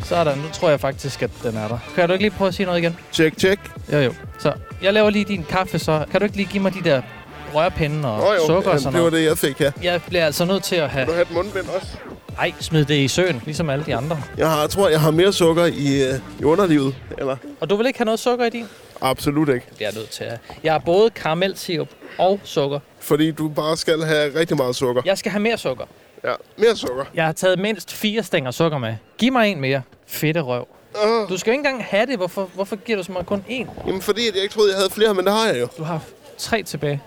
Sådan, nu tror jeg faktisk, at den er der. Kan du ikke lige prøve at sige noget igen? Tjek. Jo. Så jeg laver lige din kaffe, så kan du ikke lige give mig de der rørpinde og sukker og sådan noget? Det var det, jeg fik her. Jeg bliver altså nødt til at have... Vil du have et mundbind også? Nej, smid det i søen, ligesom alle de andre. Jeg tror, jeg har mere sukker i underlivet, eller? Og du vil ikke have noget sukker i din? Absolut ikke. Det er jeg nødt til at have. Jeg har både karamelsirup og sukker. Fordi du bare skal have rigtig meget sukker. Jeg skal have mere sukker. Ja, mere sukker. Jeg har taget mindst 4 stænger sukker med. Giv mig en mere. Fedte røv. Du skal jo ikke engang have det. Hvorfor giver du så mig kun 1? Jamen, fordi jeg ikke troede, jeg havde flere, men det har jeg jo. Du har 3 tilbage.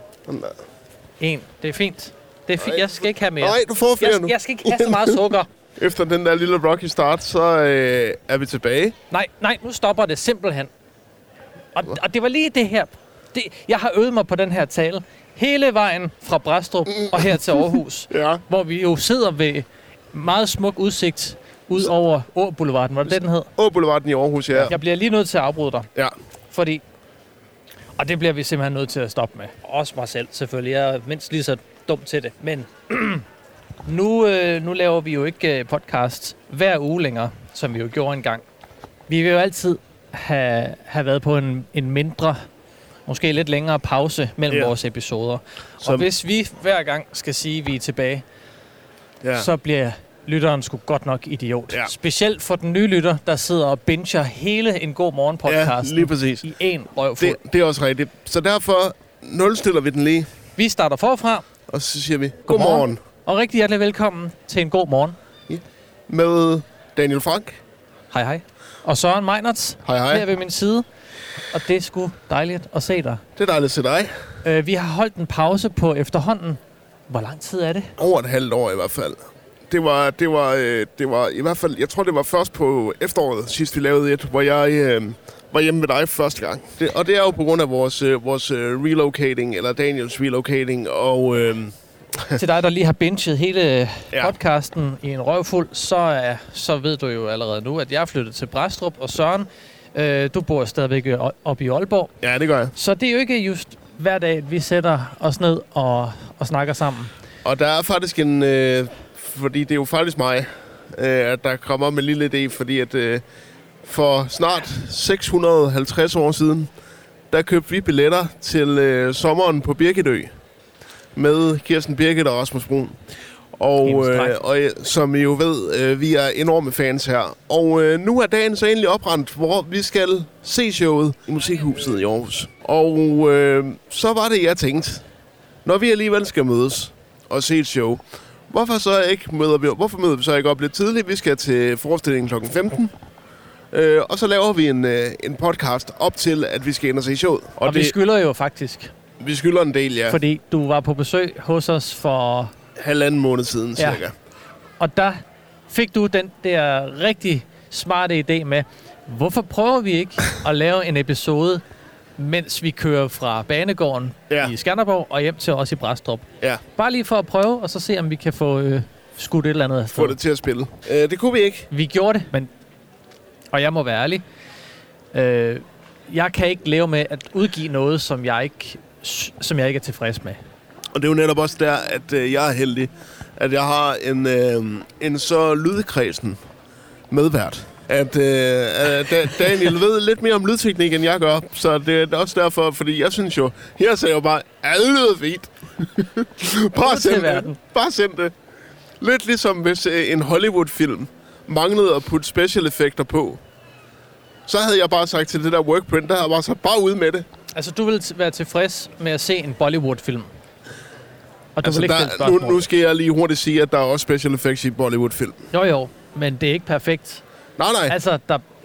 1. Det er fint. Det er fint. Jeg skal ikke have mere. Nej, du får flere nu. Jeg skal ikke have så meget sukker. Efter den der lille rocky start, så er vi tilbage. Nej, nu stopper det simpelthen. Og det var lige det her. Jeg har øvet mig på den her tale hele vejen fra Brædstrup og her til Aarhus. Ja. Hvor vi jo sidder ved meget smuk udsigt ud over Åboulevarden. Var det den hed? Åboulevarden i Aarhus, ja. Jeg bliver lige nødt til at afbryde dig. Ja. Fordi... Og det bliver vi simpelthen nødt til at stoppe med. Også mig selv, selvfølgelig. Jeg er mindst lige så dum til det. Men nu laver vi jo ikke podcast hver uge længere, som vi jo gjorde engang. Vi vil jo altid have været på en mindre, måske lidt længere pause mellem vores episoder. Og hvis vi hver gang skal sige, at vi er tilbage, så bliver lytteren sgu godt nok idiot. Ja. Specielt for den nye lytter, der sidder og binger hele en god morgen podcast lige præcis. I en røvfuld. Det er også rigtigt. Så derfor nulstiller vi den lige. Vi starter forfra. Og så siger vi godmorgen. Og rigtig hjertelig velkommen til en god morgen. Ja. Med Daniel Frank. Hej. Og Søren Meinerts. Hej. Her ved min side. Og det er sgu dejligt at se dig. Det er dejligt at se dig. Vi har holdt en pause på efterhånden. Hvor lang tid er det? Over et halvt år i hvert fald. Det var i hvert fald, jeg tror det var først på efteråret sidst vi lavede et, hvor jeg var hjemme med dig første gang. Og det er jo på grund af vores relocating, eller Daniels relocating, og... Til dig, der lige har binget hele podcasten i en røvfuld, så ved du jo allerede nu, at jeg er flyttet til Brædstrup, og Søren, du bor stadigvæk oppe i Aalborg. Ja, det gør jeg. Så det er jo ikke just hver dag, at vi sætter os ned og snakker sammen. Og der er faktisk fordi det er jo faktisk mig, at der kommer med en lille idé, fordi at for snart 650 år siden, der købte vi billetter til sommeren på Birgitø med Kirsten Birgit og Rasmus Brun. Og som I jo ved, vi er enorme fans her. Og nu er dagen så endelig oprendt, hvor vi skal se showet i Musikhuset i Aarhus. Og så var det, jeg tænkte, når vi alligevel skal mødes og se et show, hvorfor møder vi så ikke op lidt tidligt? Vi skal til forestillingen kl. 15. Og så laver vi en podcast op til, at vi skal ind og se showet. Og vi skylder jo faktisk. Vi skylder en del, ja. Fordi du var på besøg hos os for... 1,5 måned siden, cirka. Og der fik du den der rigtig smarte idé med, hvorfor prøver vi ikke at lave en episode, mens vi kører fra banegården i Skanderborg og hjem til os i Brædstrup. Ja. Bare lige for at prøve, og så se, om vi kan få skudt et eller andet. Få det til at spille. Det kunne vi ikke. Vi gjorde det, men... Og jeg må være ærlig. Jeg kan ikke leve med at udgive noget, som jeg ikke er tilfreds med. Og det er jo netop også der, at jeg er heldig, at jeg har en så lydkredsen medvært. At Daniel ved lidt mere om lydteknik, end jeg gør. Så det er også derfor, fordi jeg synes jo, her sagde jeg bare, alt lyder fint. Bare send det. Lidt ligesom hvis en Hollywood-film manglede at putte special effekter på. Så havde jeg bare sagt til det der workprint, der havde jeg bare sagt, bare ud med det. Altså, du vil være tilfreds med at se en Bollywood-film? Og du altså, vil ikke nu skal jeg lige hurtigt sige, at der er også special effects i Bollywood-film. Jo, men det er ikke perfekt. Nej. Altså,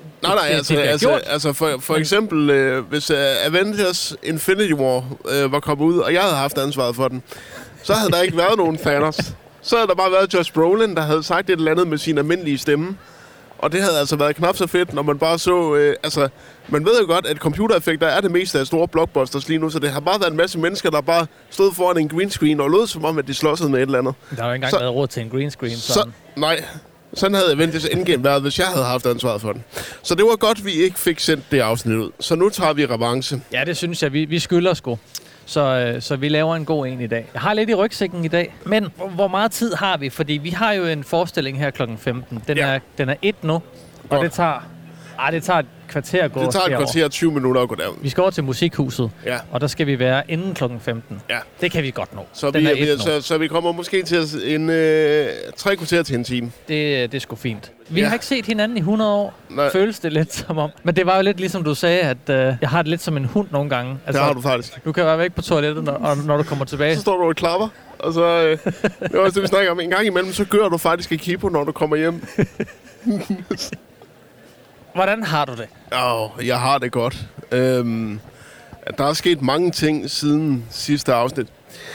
for eksempel, hvis Avengers Infinity War var kommet ud, og jeg havde haft ansvaret for den, så havde der ikke været nogen Thanos. Så havde der bare været Josh Brolin, der havde sagt et eller andet med sin almindelige stemme. Og det havde altså været knap så fedt, når man bare så... man ved jo godt, at computereffekter er det meste af store blockbusters lige nu, så det har bare været en masse mennesker, der bare stod foran en green screen og lød som om, at de slåsede med et eller andet. Der har jo ikke engang været råd til en green screen. Nej, sådan havde Avengers Endgame været, hvis jeg havde haft ansvaret for den. Så det var godt, vi ikke fik sendt det afsnit ud. Så nu tager vi revanche. Ja, det synes jeg. Vi skylder sgu. Så vi laver en god en i dag. Jeg har lidt i rygsækken i dag, men hvor meget tid har vi? Fordi vi har jo en forestilling her kl. 15. Den er 1 nu, Og det tager et kvarter at gå. Det tager et kvarter 20 minutter at gå derud. Vi skal over til Musikhuset, Ja. og der skal vi være inden klokken 15. Ja. Det kan vi godt nå. Så vi kommer måske til 3 kvarter til en time. Det er sgu fint. Vi har ikke set hinanden i 100 år. Nej. Føles det lidt som om. Men det var jo lidt ligesom du sagde, at jeg har det lidt som en hund nogle gange. Altså, det har du faktisk. Du kan være væk på toilettet, når du kommer tilbage. Så står du og klapper. Og så, det er også det, vi snakker om. En gang imellem, så gør du faktisk i Kipo, når du kommer hjem. Hvordan har du det? Jeg har det godt. Der er sket mange ting siden sidste afsnit.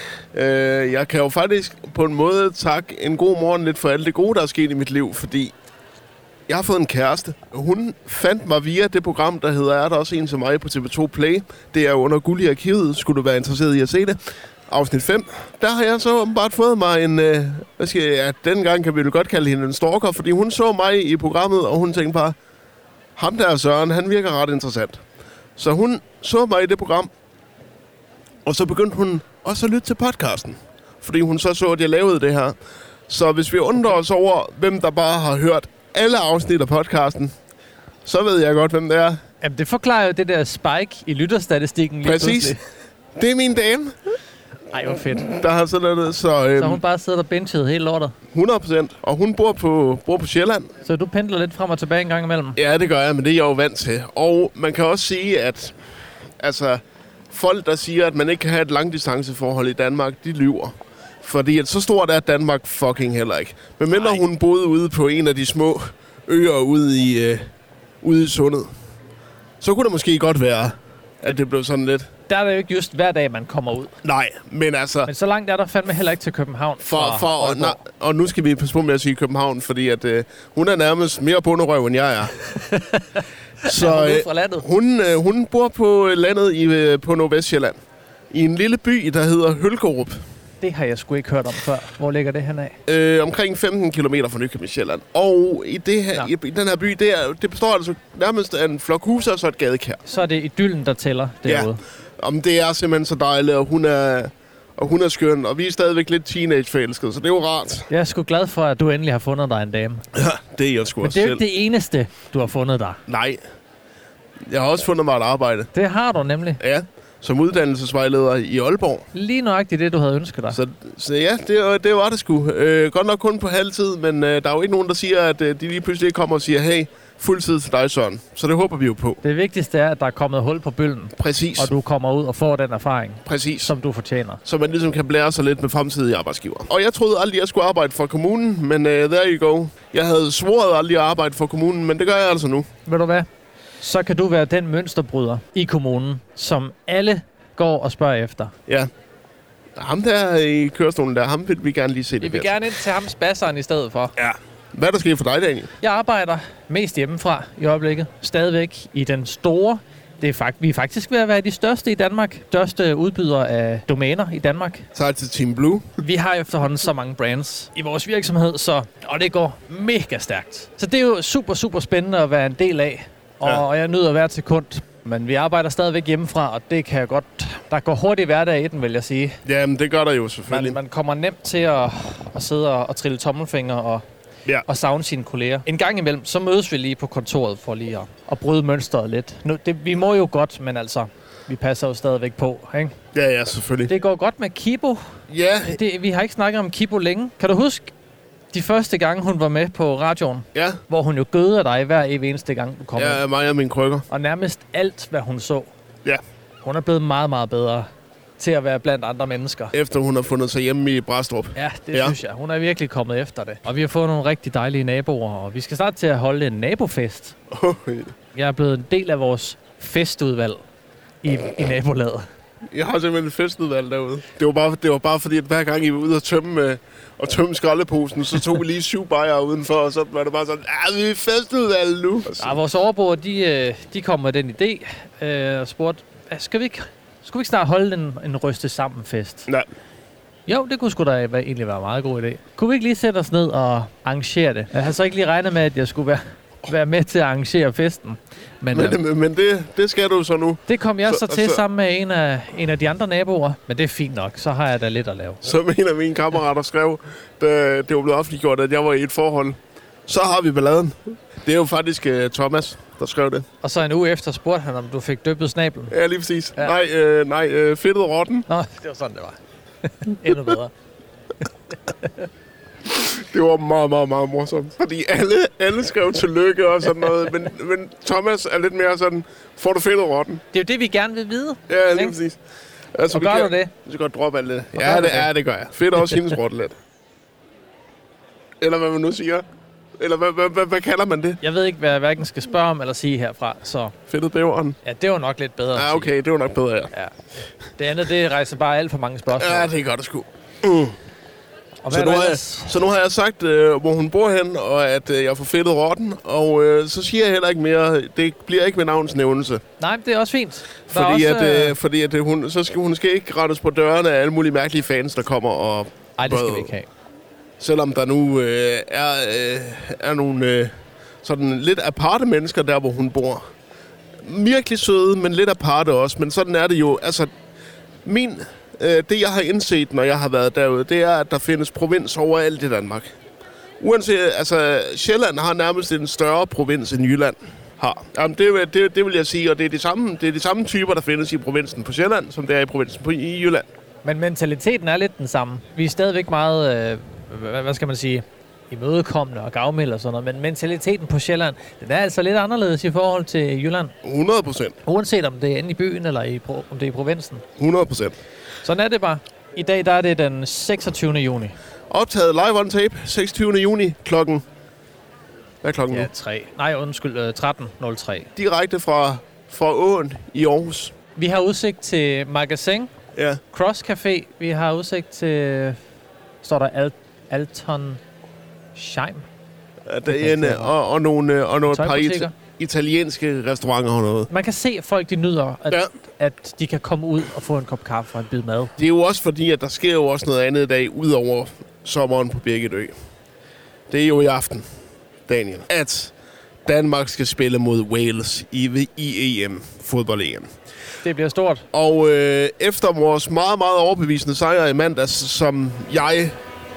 Jeg kan jo faktisk på en måde takke en god morgen lidt for alt det gode, der er sket i mit liv, fordi jeg har fået en kæreste. Hun fandt mig via det program, der hedder Er der også en som mig på TV2 Play. Det er jo under Guld i arkivet, skulle du være interesseret i at se det. Afsnit 5. Der har jeg så åbenbart fået mig en... dengang kan vi jo godt kalde hende en stalker, fordi hun så mig i programmet, og hun tænkte bare, ham der Søren, han virker ret interessant. Så hun så mig i det program, og så begyndte hun også at lytte til podcasten, fordi hun så, at jeg lavede det her. Så hvis vi undrer os over, hvem der bare har hørt alle afsnit af podcasten, så ved jeg godt, hvem det er. Jamen, det forklarer jo det der spike i lytterstatistikken lige Præcis. pludselig. Det er min dame. Ej, hvor fedt. Der har sådan noget, så hun bare sidder og benchet hele lortet? 100%. Og hun bor på Sjælland. Så du pendler lidt frem og tilbage en gang imellem? Ja, det gør jeg, men det er jeg jo vant til. Og man kan også sige, at folk, der siger, at man ikke kan have et langdistanceforhold i Danmark, de lyver. Fordi at så stort er Danmark fucking heller ikke. Men mindre hun boede ude på en af de små øer ude i sundet, så kunne det måske godt være, at det blev sådan lidt... Der er det jo ikke just hver dag, man kommer ud. Nej, men altså... Men så langt er der fandme heller ikke til København. Og nu skal vi passe på med at sige København, fordi at, hun er nærmest mere bunderøv, end jeg er. Så hun er fra landet? Hun bor på landet på Nordvestjylland. I en lille by, der hedder Hølkerup. Det har jeg sgu ikke hørt om før. Hvor ligger det henad? Omkring 15 kilometer fra Nykøbing Sjælland. Og i den her by, det består altså nærmest af en flok huse og så et gadekær. Så er det idyllen, der tæller derude? Ja, det er simpelthen så dejligt, og hun er skøn, og vi er stadigvæk lidt teenage-forelskede, så det er jo rart. Jeg er sgu glad for, at du endelig har fundet dig en dame. Ja, det er jeg sgu også selv. Men det er jo ikke det eneste, du har fundet dig. Nej. Jeg har også fundet mig et arbejde. Det har du nemlig. Ja, som uddannelsesvejleder i Aalborg. Lige nøjagtigt det, du havde ønsket dig. Så ja, det var det sgu. Godt nok kun på halvtid, men der er jo ikke nogen, der siger, at de lige pludselig kommer og siger, hey, fuldtid til dig, Søren. Så det håber vi jo på. Det vigtigste er, at der er kommet hul på bøllen. Præcis. Og du kommer ud og får den erfaring. Præcis. Som du fortjener. Så man ligesom kan blære sig lidt med fremtidige arbejdsgiver. Og jeg troede aldrig, jeg skulle arbejde for kommunen, men there you go. Jeg havde svoret aldrig at arbejde for kommunen, men det gør jeg altså nu. Ved du hvad? Så kan du være den mønsterbryder i kommunen, som alle går og spørger efter. Ja. Ham der i kørestolen der, ham vil vi gerne lige se det. Vi vil gerne ind til ham spasseren i stedet for. Ja. Hvad er der sker for dig, Daniel? Jeg arbejder mest hjemmefra i øjeblikket. Stadigvæk i den store. Vi er faktisk ved at være de største i Danmark. Største udbydere af domæner i Danmark. Så til Team Blue. Vi har efterhånden så mange brands i vores virksomhed, og det går mega stærkt. Så det er jo super, super spændende at være en del af. Og jeg nyder hvert sekund. Men vi arbejder stadigvæk hjemmefra, og det kan jeg godt... Der går hurtigt hverdag i den, vil jeg sige. Jamen, det gør der jo selvfølgelig. Man kommer nemt til at sidde og trille tommelfingre og savne sine kolleger. En gang imellem, så mødes vi lige på kontoret for lige at bryde mønstret lidt. Vi må jo godt, men altså, vi passer jo stadigvæk på, ikke? Ja, selvfølgelig. Det går godt med Kibo. Ja. Vi har ikke snakket om Kibo længe. Kan du huske de første gange, hun var med på radioen? Ja. Hvor hun jo gøder dig hver eneste gang, du kommer. Ja, mig og mine krykker. Og nærmest alt, hvad hun så. Ja. Hun er blevet meget, meget bedre til at være blandt andre mennesker. Efter hun har fundet sig hjemme i Brastrup. Ja, det synes jeg. Hun er virkelig kommet efter det. Og vi har fået nogle rigtig dejlige naboer, og vi skal snart til at holde en nabofest. Jeg er blevet en del af vores festudvalg i nabolaget. Jeg har simpelthen et festudvalg derude. Det var bare fordi, at hver gang I var ude og tømme skraldeposen, så tog vi lige 7 bajere udenfor, og så var det bare sådan, vi er festudvalg nu. Ja, vores overboer, de kom med den idé og spurgte, skulle vi ikke snart holde en ryste sammen fest? Nej. Jo, det kunne sgu da egentlig være en meget god idé. Kunne vi ikke lige sætte os ned og arrangere det? Jeg har så ikke lige regnet med, at jeg skulle være med til at arrangere festen. Men det skal du så nu. Det kom jeg så til sammen med en af de andre naboer. Men det er fint nok, så har jeg da lidt at lave. Som en af mine kammerater skrev, da det var blevet offentliggjort, at jeg var i et forhold, Så har vi balladen. Det er jo faktisk Thomas, der skrev det. Og så en uge efter spurgte han, om du fik dyppet snablen. Ja, lige præcis. Ja. Nej, fedtet rotten. Nå, det var sådan, det var. Endnu bedre. Det var meget, meget, meget morsomt. Fordi alle skrev tillykke og sådan noget. Men Thomas er lidt mere sådan, får du fedtet rotten? Det er jo det, vi gerne vil vide. Ja, lige præcis. Altså, og gør du det? Du skal godt droppe alt det. Ja, det gør jeg. Fedt også hendes rotte lidt. Eller hvad man nu siger. Eller hvad kalder man det? Jeg ved ikke, hvad jeg hverken skal spørge om eller sige herfra, så... Fedtet bæveren? Ja, det var nok lidt bedre at Ja, okay, sige. det var nok bedre, ja. Det andet, det rejser bare alt for mange spørgsmål. Ja, det er godt at sgu. Og Så nu har jeg sagt, hvor hun bor hen, og at jeg får fedtet rotten, og så siger jeg heller ikke mere. Det bliver ikke med navnsnævnelse. Nej, det er også fint. Fordi at hun skal ikke rettes på dørene af alle mulige mærkelige fans, der kommer og... Nej, det skal vi ikke have. Selvom der nu er nogle sådan lidt aparte mennesker der, hvor hun bor. Virkelig søde, men lidt aparte også. Men sådan er det jo. Altså, det jeg har indset, når jeg har været derude, det er, at der findes provins overalt i Danmark. Uanset, altså, Sjælland har nærmest en større provins end Jylland har. Jamen, det vil jeg sige, og det er de samme typer, der findes i provinsen på Sjælland, som det er i provinsen i Jylland. Men mentaliteten er lidt den samme. Vi er stadigvæk meget, hvad skal man sige, imødekommende og gavmilde og sådan noget. Men mentaliteten på Sjælland, den er altså lidt anderledes i forhold til Jylland. 100%. Uanset om det er inde i byen eller om det er i provinsen. 100%. Sådan er det bare. I dag der er det den 26. juni. Optaget live on tape, 26. juni klokken... Hvad er klokken nu? Ja, 3. Nej, undskyld, 13.03. Direkte fra åen i Aarhus. Vi har udsigt til Magasin, Ja. Cross Café. Vi har udsigt til... Står der Alton Scheim? Og nogle Tøjbutikker. italienske restauranter og noget. Man kan se, at folk de nyder, at de kan komme ud og få en kop kaffe og en bid mad. Det er jo også fordi, at der sker jo også noget andet i dag, ud over sommeren på Birgitø. Det er jo i aften, Daniel, at Danmark skal spille mod Wales i EM, fodbold-EM. Det bliver stort. Og efter vores meget, meget overbevisende sejr i mandags, som jeg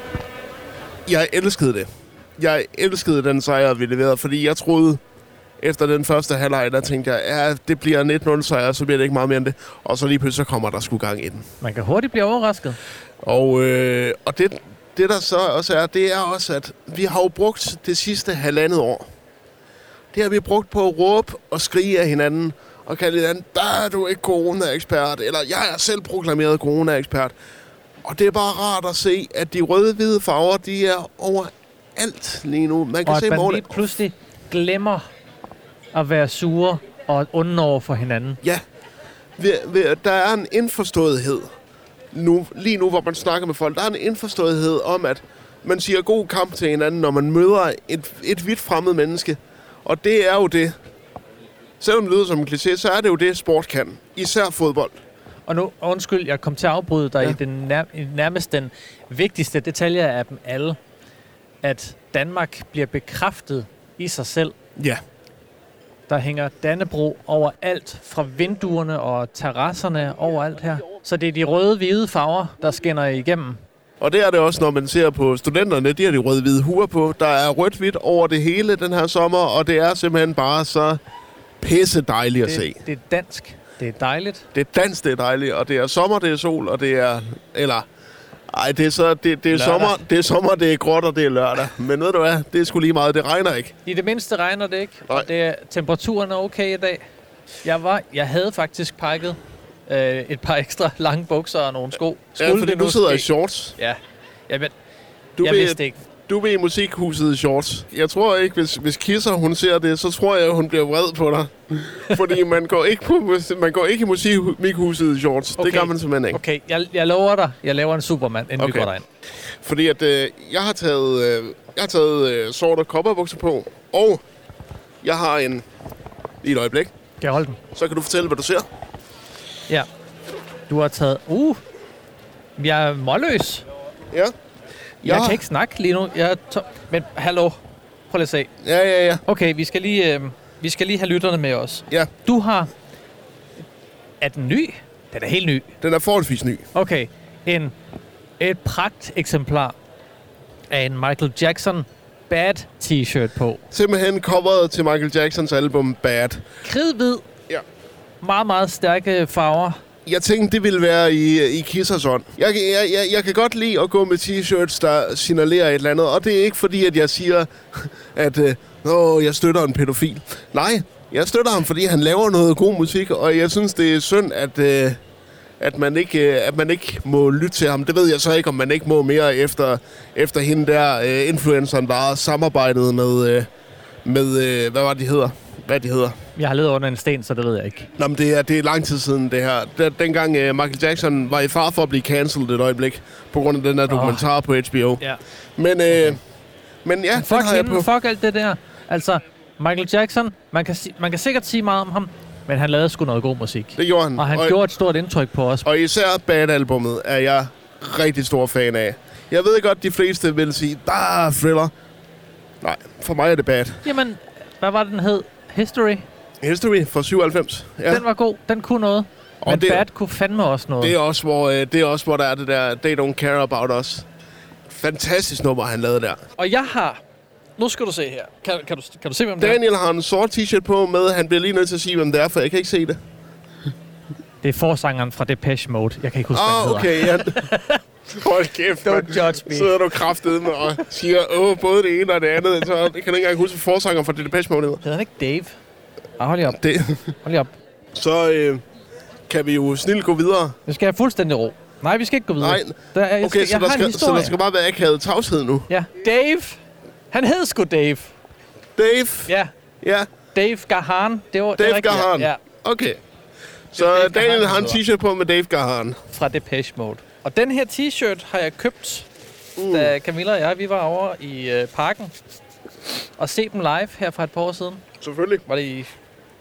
elskede det. Jeg elskede den sejr, vi leverede, fordi jeg troede, efter den første halvleg, der tænkte jeg, ja, det bliver 1-0 sejr, så bliver det ikke meget mere end det. Og så lige pludselig kommer der sgu gang i den. Man kan hurtigt blive overrasket. Og det der så også er, det er også, at vi har jo brugt det sidste halvandet år. Det har vi brugt på at råbe og skrige af hinanden, og kalde hinanden, der er du ikke corona-ekspert, eller jeg er selv proklameret corona-ekspert. Og det er bare rart at se, at de røde-hvide farver, de er overalt lige nu. Man kan og se at man lige pludselig glemmer at være sure og onde over for hinanden. Ja, der er en indforståethed lige nu, hvor man snakker med folk. Der er en indforståethed om, at man siger god kamp til hinanden, når man møder et vidt fremmed menneske. Og det er jo det. Selvom det lyder som en kliché, så er det jo det, sport kan. Især fodbold. Og nu, undskyld, jeg kom til at afbryde dig i nærmest den vigtigste detalje af dem alle. At Danmark bliver bekræftet i sig selv. Ja. Der hænger Dannebrog overalt, fra vinduerne og terrasserne overalt her. Så det er de røde-hvide farver, der skinner igennem. Og det er det også, når man ser på studenterne. De har de røde-hvide huer på. Der er rødt-hvidt over det hele den her sommer, og det er simpelthen bare så pisse dejligt at se. Det er dansk. Det er dejligt. Det er dansk, det er dejligt, og det er sommer, det er sol, og det er... Eller... Ej, det er sommer, det er gråt, og det er lørdag. Men ved du hvad, det er sgu lige meget, det regner ikke. I det mindste regner det ikke, og temperaturen er okay i dag. Jeg havde faktisk pakket et par ekstra lange bukser og nogle sko. Ja, fordi du sidder i shorts. Ja, jeg vidste ikke. Du er i musikhuset i shorts. Jeg tror ikke, hvis Kisser hun ser det, så tror jeg, hun bliver vred på dig. Fordi man går ikke i musikhuset i shorts. Okay. Det gør man simpelthen ikke. Okay, jeg lover dig, jeg laver en Superman, inden vi går derind. Fordi at jeg har taget sorte kopperbukser på, og jeg har lige et øjeblik. Kan jeg holde den? Så kan du fortælle, hvad du ser. Ja. Du har taget... jeg er målløs. Ja. Jeg kan ikke snakke lige nu. Men hallo, prøv lige at se. Ja. Okay, vi skal lige have lytterne med os. Ja. Du har... Er den ny? Den er helt ny. Den er forholdsvis ny. Okay. Et pragt eksemplar af en Michael Jackson Bad t-shirt på. Simpelthen coveret til Michael Jacksons album Bad. Kridhvid. Ja. Meget, meget stærke farver. Jeg tænkte, det ville være i Kissers ånd. Jeg kan godt lide at gå med t-shirts, der signalerer et eller andet. Og det er ikke fordi, at jeg siger, at jeg støtter en pædofil. Nej, jeg støtter ham, fordi han laver noget god musik. Og jeg synes, det er synd, at man ikke må lytte til ham. Det ved jeg så ikke, om man ikke må mere efter hende der influenceren, der har samarbejdet med hvad var det, hedder? Hvad de hedder. Jeg har levet under en sten, så det ved jeg ikke. Nå, men det er lang tid siden, det her. Dengang Michael Jackson var i fare for at blive cancelled et øjeblik, på grund af den her dokumentar på HBO. Ja. Men ja, fuck hende, fuck alt det der. Altså, Michael Jackson, man kan sikkert sige meget om ham, men han lavede sgu noget god musik. Det gjorde han. Og han gjorde et stort indtryk på os. Og især Bad-albummet er jeg rigtig stor fan af. Jeg ved godt, de fleste vil sige, Thriller. Nej, for mig er det Bad. Jamen, hvad var den hed? History fra 97. Ja. Den var god. Den kunne noget. Og men Bad kunne fandme også noget. Det er også, hvor der er det der They Don't Care About Us. Fantastisk nummer, han lavede der. Og jeg har... Nu skal du se her. Kan du se, hvem det er? Daniel har en sort t-shirt på med. Han bliver lige nødt til at sige, hvem det er, for jeg kan ikke se det. Det er forsangeren fra Depeche Mode. Jeg kan ikke huske, hvad han hedder. Okay, ja. Hold kæft, Don't judge me. Sidder du kraftedeme og siger, både det ene og det andet. Så jeg kan ikke engang huske, hvad forsangeren fra Depeche Mode hedder. Hedder han ikke Dave? Hold lige op. Hold lige op. Så kan vi jo snilt gå videre. Vi skal have fuldstændig ro. Nej, vi skal ikke gå videre. Nej. Så der skal bare være akavet tavshed nu. Ja. Dave. Han hed sgu Dave. Dave? Ja. Dave Gahan. Dave Gahan. Ja. Okay. Så Daniel har en t-shirt på med Dave Gahan. Fra Depeche Mode. Og den her t-shirt har jeg købt, da Camilla og jeg, vi var over i parken og se dem live her for et par år siden. Selvfølgelig. Var det i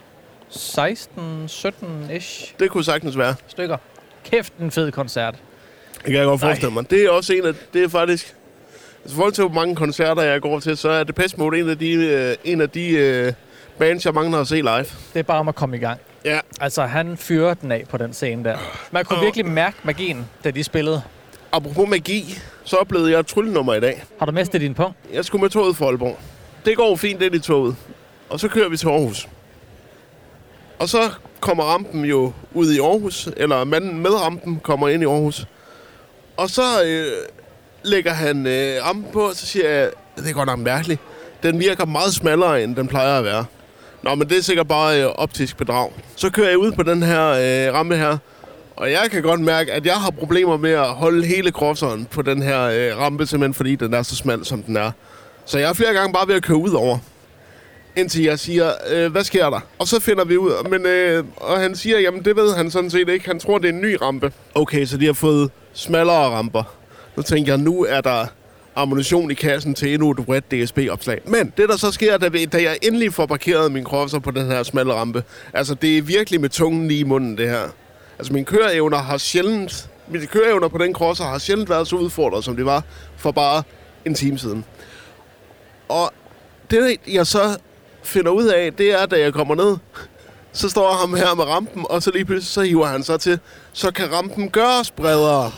16-17-ish? Det kunne sagtens være. Stykker. Kæft, en fed koncert. Det kan jeg godt forestille mig. Det er også det er faktisk... Altså, forhold til, hvor mange koncerter jeg går til, så er Depeche Mode en af de bands, jeg mangler at se live. Det er bare om at komme i gang. Ja. Altså, han fyrer den af på den scene der. Man kunne virkelig mærke magien, da de spillede. Apropos magi, så oplevede jeg et tryllenummer i dag. Har du mistet din punkt? Jeg skulle med toget fra Aalborg. Det går fint ind i toget. Og så kører vi til Aarhus. Og så kommer rampen jo ud i Aarhus, eller manden med rampen kommer ind i Aarhus. Og så lægger han rampen på, og så siger jeg, det er godt nok mærkeligt. Den virker meget smallere, end den plejer at være. Nå, men det er sikkert bare optisk bedrag. Så kører jeg ud på den her rampe her, og jeg kan godt mærke, at jeg har problemer med at holde hele crosseren på den her rampe, simpelthen fordi den er så smal, som den er. Så jeg er flere gange bare ved at køre ud over, indtil jeg siger, hvad sker der? Og så finder vi ud, og han siger, jamen det ved han sådan set ikke. Han tror, det er en ny rampe. Okay, så de har fået smallere ramper. Så tænker jeg, nu er der ammunition i kassen til endnu et bredt DSB-opslag. Men det, der så sker, da jeg endelig får parkeret min crosser på den her smalle rampe, altså det er virkelig med tungen lige i munden, det her. Altså mine køreevner på den crosser har sjældent været så udfordret, som det var for bare en time siden. Og det, jeg så finder ud af, det er, da jeg kommer ned, så står ham her med rampen, og så lige pludselig så hiver han så til, så kan rampen gøres bredere.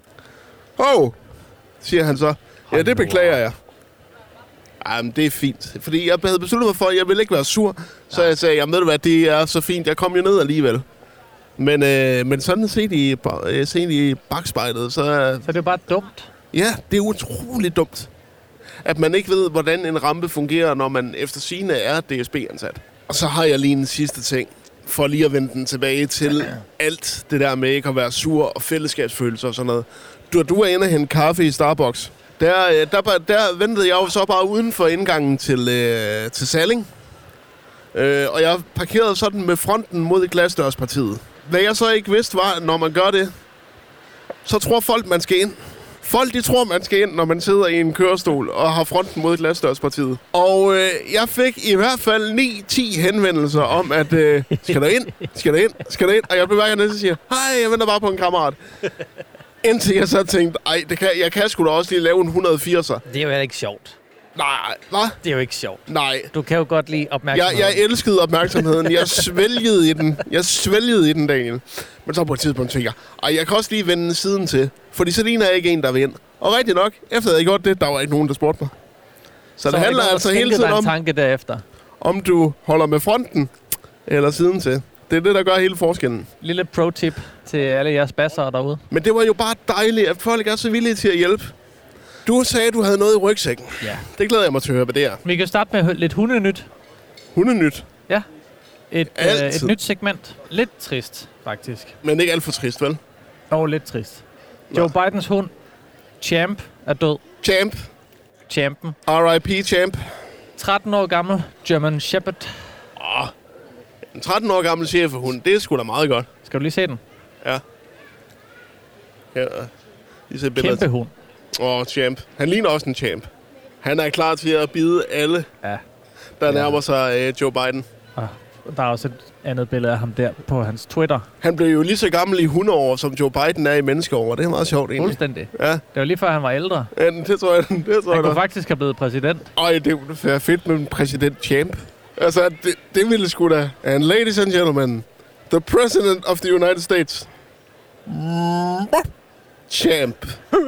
Siger han så. Ja, det beklager jeg. Jamen, det er fint. Fordi jeg havde besluttet mig for, at jeg ville ikke være sur. Så jeg sagde, jamen ved du hvad, det er så fint. Jeg kom jo ned alligevel. Men sådan set i bagspejlet, så det er bare dumt? Ja, det er utroligt dumt. At man ikke ved, hvordan en rampe fungerer, når man efter sigende er DSB-ansat. Og så har jeg lige en sidste ting, for lige at vende den tilbage til alt det der med ikke at være sur og fællesskabsfølelse og sådan noget. Du er inde og hente kaffe i Starbucks. Der ventede jeg jo så bare uden for indgangen til Salling. Og jeg parkerede sådan med fronten mod glasdørspartiet. Hvad jeg så ikke vidste var, når man gør det, så tror folk, man skal ind. Folk, de tror, man skal ind, når man sidder i en kørestol og har fronten mod glasdørspartiet. Og jeg fik i hvert fald 9-10 henvendelser om, at skal der ind? Og jeg blev bare nødt til at sige, hej, jeg venter bare på en kammerat. Indtil jeg så tænkte, jeg kan sgu da også lige lave en 180'er. Det er jo ikke sjovt. Nej, hvad? Det er jo ikke sjovt. Nej. Du kan jo godt lide opmærksomheden. Jeg elskede opmærksomheden. Jeg svælgede i den, Daniel. Men så på et tidspunkt tænker jeg kan også lige vende siden til. Fordi så ligner jeg ikke en, der vil ind. Og rigtig nok, efter jeg havde gjort det, der var ikke nogen, der spurgte mig. Så det handler altså hele tiden om, tanke derefter. om du holder med fronten eller siden til. Det er det, der gør hele forskellen. Lille pro-tip til alle jeres bassere derude. Men det var jo bare dejligt, at folk er så villige til at hjælpe. Du sagde, at du havde noget i rygsækken. Ja. Det glæder jeg mig til at høre, hvad det er. Vi kan starte med lidt hundenyt. Hundenyt? Ja. Et nyt segment. Lidt trist, faktisk. Men ikke alt for trist, vel? Lidt trist. Joe Bidens hund, Champ, er død. Champen. R.I.P. Champ. 13 år gammel German Shepherd. En 13 år gammel schæferhund, det er sgu da meget godt. Skal du lige se den? Ja. Lige se billedet. Kæmpe hund. Champ. Han ligner også en champ. Han er klar til at bide alle, der nærmer sig Joe Biden. Der er også et andet billede af ham der på hans Twitter. Han blev jo lige så gammel i hundeår, som Joe Biden er i menneskeår. Det er meget sjovt, egentlig. Fuldstændig. Ja. Det var lige før, han var ældre. Ja, det tror jeg. Han kunne faktisk have blevet præsident. Det ville være fedt med en præsident Champ. Altså, det ville sgu da. And ladies and gentlemen, the president of the United States. Champ.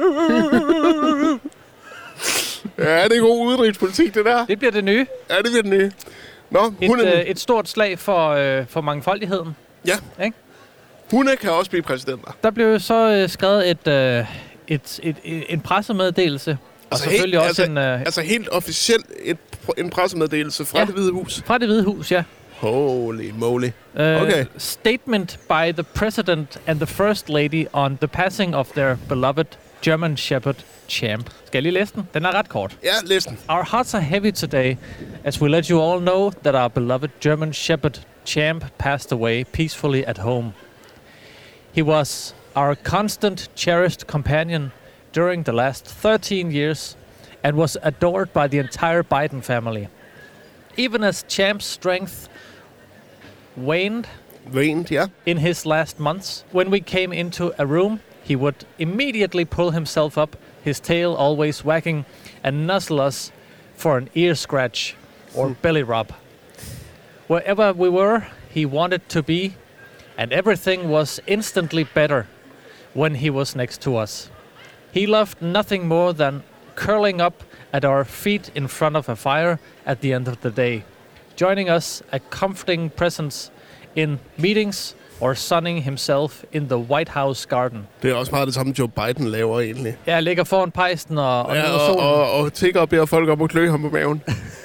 Ja, det er god udenrigspolitik, det der. Det bliver det nye. Ja, det bliver det nye. Nå, et stort slag for mangfoldigheden. Ja. Ikke? Hunde kan også blive præsidenter. Der blev jo så skrevet en pressemeddelelse. Og selvfølgelig også helt officielt en pressemeddelelse fra Det Hvide Hus. Fra Det Hvide Hus, ja. Holy moly. Okay. Statement by the President and the First Lady on the passing of their beloved German Shepherd Champ. Skal jeg lige læse den? Den er ret kort. Ja, læs den. Our hearts are heavy today as we let you all know that our beloved German Shepherd Champ passed away peacefully at home. He was our constant, cherished companion during the last 13 years and was adored by the entire Biden family. Even as Champ's strength waned in his last months, when we came into a room, he would immediately pull himself up, his tail always wagging, and nuzzle us for an ear scratch or belly rub. Wherever we were, he wanted to be, and everything was instantly better when he was next to us. He loved nothing more than curling up at our feet in front of a fire at the end of the day, joining us a comforting presence in meetings or sunning himself in the White House garden. Det er også meget det samme, Joe Biden laver egentlig. Ja, ligger foran pejsen og solen. Og tigger og beder folk op og klø ham på maven.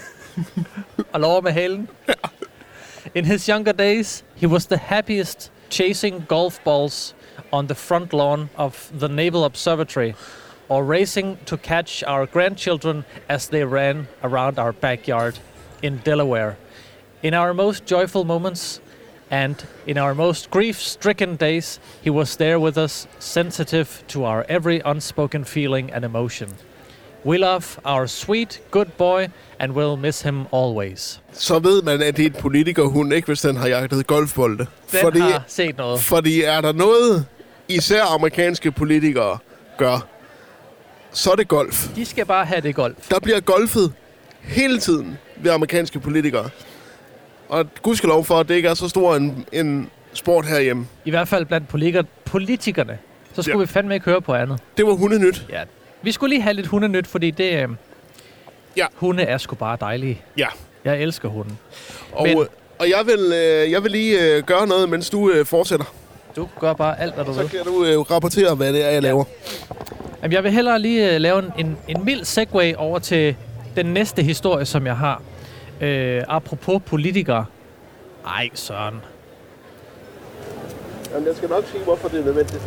Og lover med halen. In his younger days, he was the happiest chasing golf balls on the front lawn of the Naval Observatory or racing to catch our grandchildren as they ran around our backyard in Delaware. In our most joyful moments and in our most grief-stricken days, he was there with us, sensitive to our every unspoken feeling and emotion. We love our sweet, good boy, and will miss him always. Så ved man, at det er et politikerhund, ikke hvis den har jagtet golfbolde. Den har set noget. Fordi er der noget, især amerikanske politikere gør, så er det golf. De skal bare have det golf. Der bliver golfet hele tiden ved amerikanske politikere. Og gudskelov for, at det ikke er så stor en sport herhjemme. I hvert fald blandt politikerne. Så skulle vi fandme ikke høre på andet. Det var hundenyt. Ja. Vi skulle lige have lidt hundenyt, fordi det... Hunde er sgu bare dejlige. Ja. Jeg elsker hunde. Og jeg vil lige gøre noget, mens du fortsætter. Du gør bare alt, hvad du vil. Så kan du rapportere, hvad det er, jeg laver. Jamen, jeg vil hellere lige lave en mild segue over til den næste historie, som jeg har. Apropos politikere. Ej, Søren. Jamen, jeg skal nok sige, hvorfor det er nødvendigt.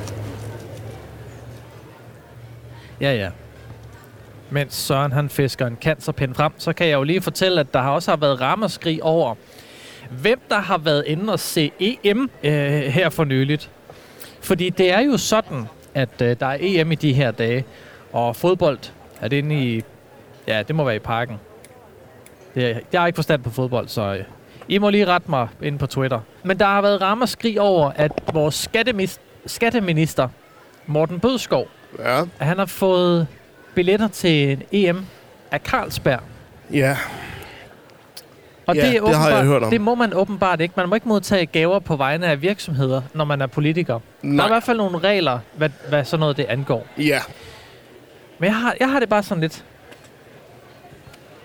Ja. Mens Søren han fisker en cancerpind frem, så kan jeg jo lige fortælle, at der også har været ramaskrig over, hvem der har været inde og se EM her for nyligt. Fordi det er jo sådan, at der er EM i de her dage, og fodbold er det inde i... Ja, det må være i parken. Jeg har ikke forstand på fodbold, så I må lige rette mig inde på Twitter. Men der har været ramaskrig over, at vores skatteminister, Morten Bødskov, han har fået billetter til en EM af Carlsberg. Ja. Og det har jeg hørt om. Det må man åbenbart ikke. Man må ikke modtage gaver på vegne af virksomheder, når man er politiker. Nej. Der er i hvert fald nogle regler, hvad sådan noget det angår. Ja. Men jeg har det bare sådan lidt...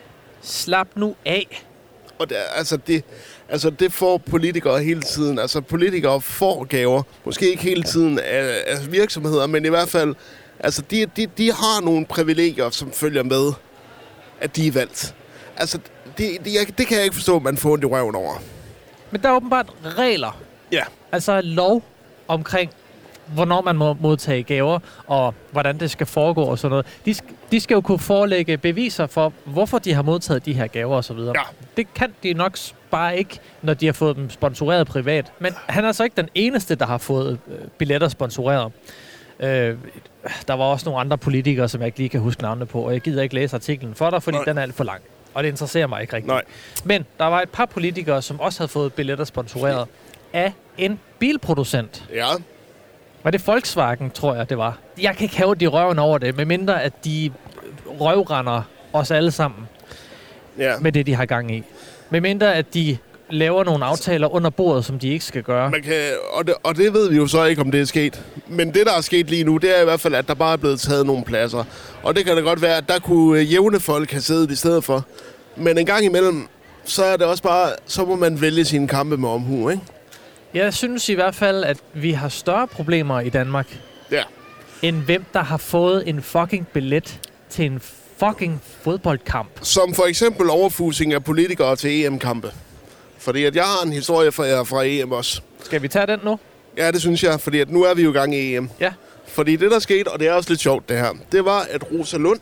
Slap nu af. Og det får politikere hele tiden. Altså, politikere får gaver. Måske ikke hele tiden af virksomheder, men i hvert fald... Altså, de har nogle privilegier, som følger med, at de er valgt. Altså, det kan jeg ikke forstå, at man får ondt i røven over. Men der er åbenbart regler. Ja. Altså lov omkring, hvornår man må modtage gaver, og hvordan det skal foregå og sådan noget. De skal jo kunne forelægge beviser for, hvorfor de har modtaget de her gaver og så videre. Ja. Det kan de nok bare ikke, når de har fået dem sponsoreret privat. Men han er altså ikke den eneste, der har fået billetter sponsoreret. Der var også nogle andre politikere, som jeg ikke lige kan huske navnene på, og jeg gider ikke læse artiklen for dig, fordi den er alt for lang. Og det interesserer mig ikke rigtigt. Nej. Men der var et par politikere, som også havde fået billetter sponsoreret af en bilproducent. Ja. Var det Volkswagen, tror jeg, det var. Jeg kan ikke have de røven over det, medmindre at de røvrender os alle sammen med det, de har gang i. Medmindre at de laver nogle aftaler under bordet, som de ikke skal gøre. Og det ved vi jo så ikke, om det er sket. Men det, der er sket lige nu, det er i hvert fald, at der bare er blevet taget nogle pladser. Og det kan da godt være, at der kunne jævne folk have siddet i stedet for. Men en gang imellem, så er det også bare, så må man vælge sine kampe med omhu, ikke? Jeg synes i hvert fald, at vi har større problemer i Danmark, end hvem der har fået en fucking billet til en fucking fodboldkamp. Som for eksempel overfusing af politikere til EM-kampe. Fordi at jeg har en historie fra EM også. Skal vi tage den nu? Ja, det synes jeg, fordi at nu er vi jo i gang i EM. Ja. Fordi det, der skete, og det er også lidt sjovt det her, det var, at Rosa Lund,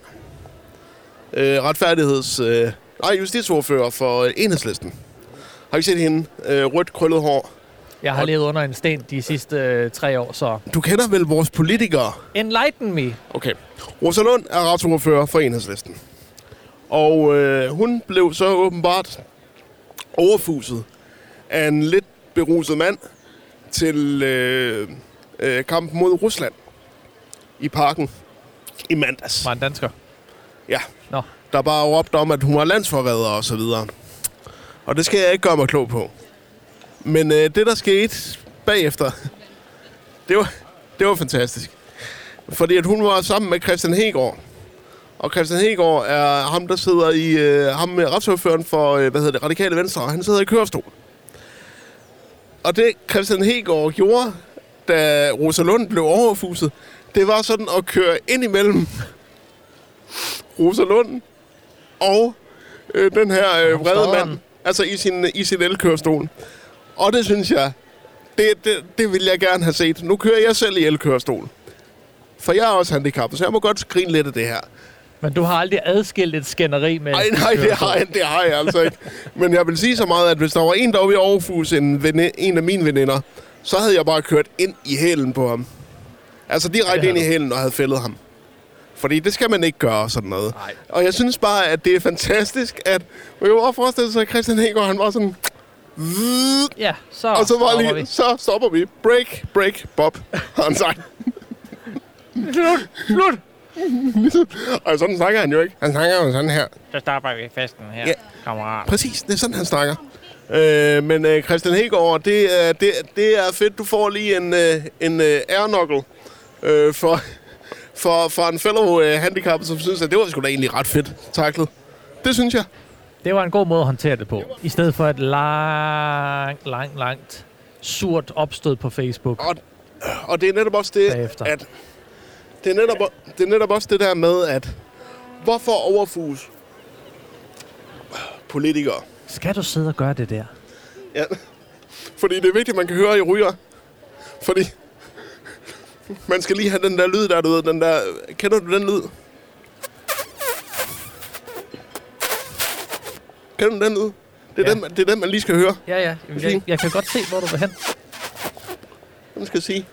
justitsordfører for Enhedslisten. Har I set hende? Rødt, krøllet hår. Jeg har levet under en sten de sidste 3 år, så... Du kender vel vores politikere? Enlighten me. Okay. Rosa Lund er retsordfører for Enhedslisten. Og hun blev så åbenbart overfuset af en lidt beruset mand til kampen mod Rusland i parken i mandags. Var en dansker? Ja. Nå. Der bare råbte om, at hun var landsforræder og så videre. Og det skal jeg ikke gøre mig klog på. Men det, der skete bagefter, det var fantastisk. Fordi at hun var sammen med Christian Hegaard. Og Christian Hegaard er ham, der sidder i ham med retsordføreren for Radikale Venstre, og han sidder i kørestol. Og det Christian Hegaard gjorde, da Rosa Lund blev overfuset, det var sådan at køre ind imellem Rosa Lund og den her vrede mand, altså i sin elkørestol. Og det synes jeg, det vil jeg gerne have set. Nu kører jeg selv i elkørestol. For jeg er også handicappet, så jeg må godt grine lidt af det her. Men du har aldrig adskilt et skænderi med... Nej, det har jeg altså ikke. Men jeg vil sige så meget, at hvis der var en, der var ved at overfuse en af mine veninder, så havde jeg bare kørt ind i hælen på ham. Altså direkte ind i hælen og havde fældet ham. Fordi det skal man ikke gøre, sådan noget. Nej. Og jeg synes bare, at det er fantastisk, at... Man kan bare forestille sig, at Christian Hegaard, han var sådan... Ja, og så var lige, så stopper vi. Break, Bob, har han sagt. Slut! Og sådan snakker han jo ikke. Han snakker jo sådan her. Så stopper vi festen her, kammerat. Præcis, det er sådan, han snakker. Men Christian Hegaard, det er fedt. Du får lige en airknuckle for en fellow handicappet, som synes, at det var sgu da egentlig ret fedt taklet. Det synes jeg. Det var en god måde at håndtere det på. I stedet for et langt surt opstød på Facebook. Og det er netop også det, bagefter. at... Det er netop også det der med, at... Hvorfor overfuse politikere? Skal du sidde og gøre det der? Ja, fordi det er vigtigt, at man kan høre, I ryger. Fordi... Man skal lige have den der lyd der, du ved, den der... Kender du den lyd? Kender du den lyd? Det er den, man lige skal høre. Ja. Jeg kan godt se, hvor du vil hen. Den skal sige.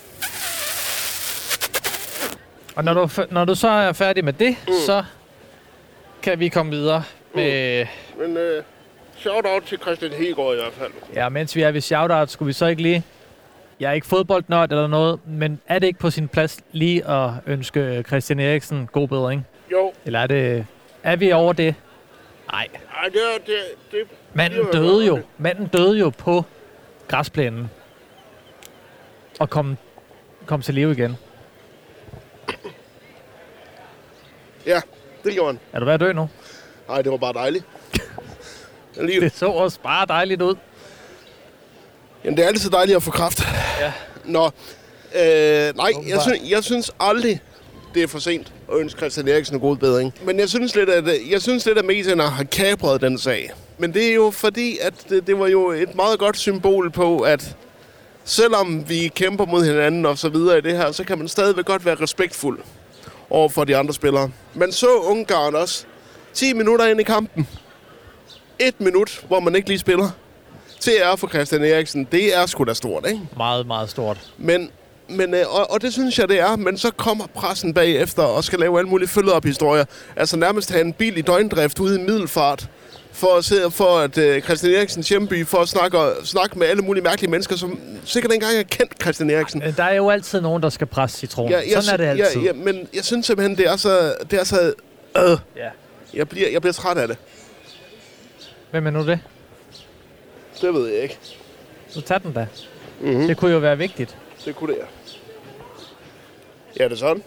Og når du så er færdig med det, så kan vi komme videre med... Men shout-out til Christian Hegaard i hvert fald. Ja, mens vi er ved shout-out, skulle vi så ikke lige... Jeg er ikke fodboldnørd eller noget, men er det ikke på sin plads lige at ønske Christian Eriksen god bedring? Jo. Eller er vi over det? Nej. Det Manden døde jo på græsplænen. Og kom til live igen. Ja, det gjorde han. Er du ved at dø nu? Nej, det var bare dejligt. Det så også bare dejligt ud. Jamen, det er altid dejligt at få kraft. Ja. Nå, nej, jeg synes aldrig, det er for sent at ønske Christian Eriksen en god bedring. Men jeg synes lidt, at medierne har kapret den sag. Men det er jo fordi, at det var jo et meget godt symbol på, at selvom vi kæmper mod hinanden og så videre i det her, så kan man stadigvæk godt være respektfuld over for de andre spillere. Man så Ungarn også 10 minutter ind i kampen. 1 minut, hvor man ikke lige spiller. Til ære for Christian Eriksen, det er sgu da stort, ikke? Meget, meget stort. Men det synes jeg, det er. Men så kommer pressen bagefter og skal lave alle mulige følge-op-historier. Altså nærmest have en bil i døgndrift ude i Middelfart. For at Christian Eriksens hjemby, for at snakke med alle mulige mærkelige mennesker, som sikkert engang har kendt Christian Eriksen. Der er jo altid nogen, der skal presse citronen. Sådan er det altid. Ja, men jeg synes simpelthen, det er så Ja. Jeg bliver træt af det. Hvem er nu det? Det ved jeg ikke. Så tag den da. Mm-hmm. Det kunne jo være vigtigt. Det kunne det, ja. Ja, det er sådan.